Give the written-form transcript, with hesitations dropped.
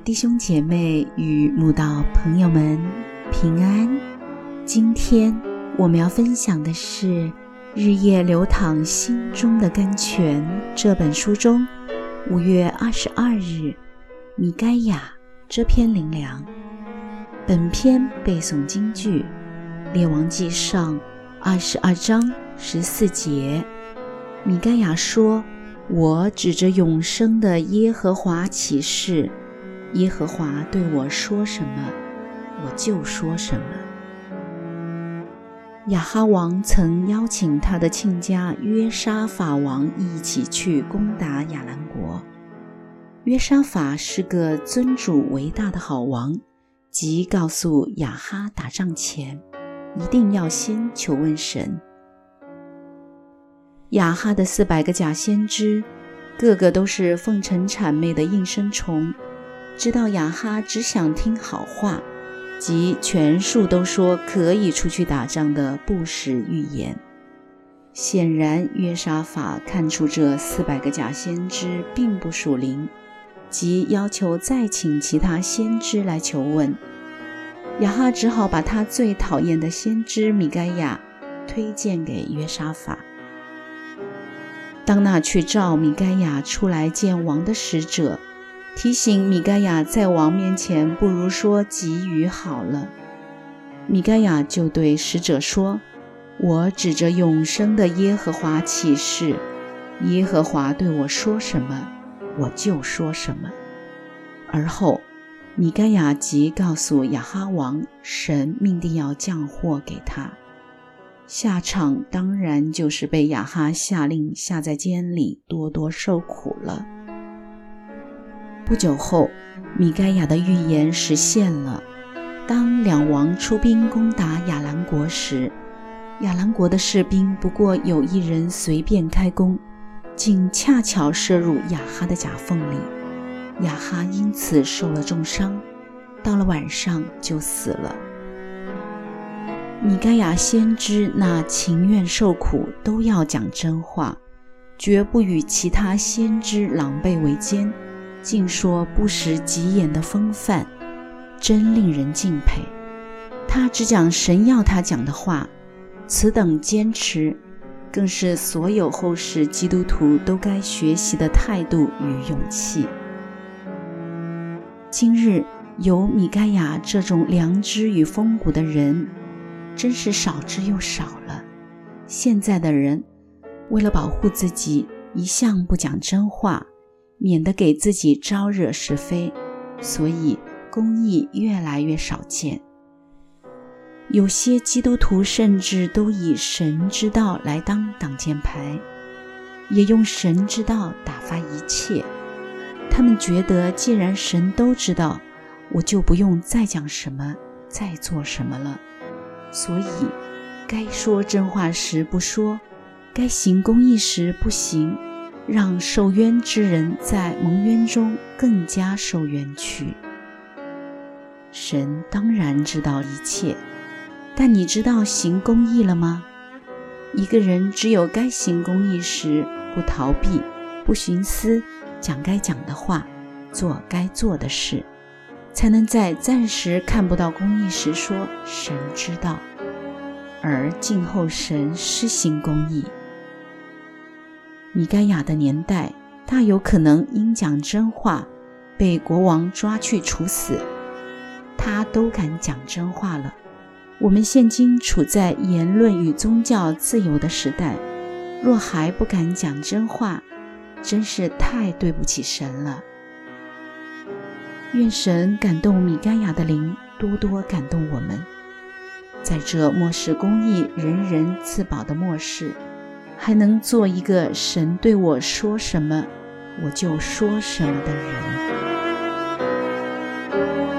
弟兄姐妹与慕道朋友们平安。今天我们要分享的是《日夜流淌心中的甘泉》这本书中5月22日米该亚这篇灵粮。本篇背诵金句列王纪上22章14节。米该亚说，我指着永生的耶和华起誓，耶和华对我说什么，我就说什么。亚哈王曾邀请他的亲家约沙法王一起去攻打亚兰国。约沙法是个尊主为大的好王，即告诉亚哈打仗前一定要先求问神。亚哈的400个假先知，个个都是奉承谄媚的应声虫，知道亚哈只想听好话，即全数都说可以出去打仗的不实预言。显然约沙法看出这400个假先知并不属灵，即要求再请其他先知来求问。亚哈只好把他最讨厌的先知米该亚推荐给约沙法。当那去召米该亚出来见王的使者，提醒米该亚在王面前不如说给予好了。米该亚就对使者说，我指着永生的耶和华起誓，耶和华对我说什么，我就说什么。而后米该亚即告诉亚哈王，神命定要降祸给他。下场当然就是被亚哈下令下在监里多多受苦了。不久后，米该亚的预言实现了。当两王出兵攻打亚兰国时，亚兰国的士兵不过有一人随便开弓，竟恰巧射入亚哈的甲缝里，亚哈因此受了重伤，到了晚上就死了。米该亚先知那情愿受苦都要讲真话，绝不与其他先知狼狈为奸，竟说不识己眼的风范，真令人敬佩。他只讲神要他讲的话，此等坚持更是所有后世基督徒都该学习的态度与勇气。今日有米该亚这种良知与风骨的人真是少之又少了。现在的人为了保护自己，一向不讲真话，免得给自己招惹是非，所以公义越来越少见。有些基督徒甚至都以神之道来当挡箭牌，也用神之道打发一切。他们觉得既然神都知道，我就不用再讲什么，再做什么了。所以该说真话时不说，该行公义时不行，让受冤之人在蒙冤中更加受冤屈。神当然知道一切，但你知道行公义了吗？一个人只有该行公义时不逃避，不徇私，讲该讲的话，做该做的事，才能在暂时看不到公义时说神知道，而静候神施行公义。米该亚的年代大有可能因讲真话被国王抓去处死，他都敢讲真话了。我们现今处在言论与宗教自由的时代，若还不敢讲真话，真是太对不起神了。愿神感动米该亚的灵，多多感动我们，在这末世公义人人自保的末世，还能做一个神对我说什么我就说什么的人。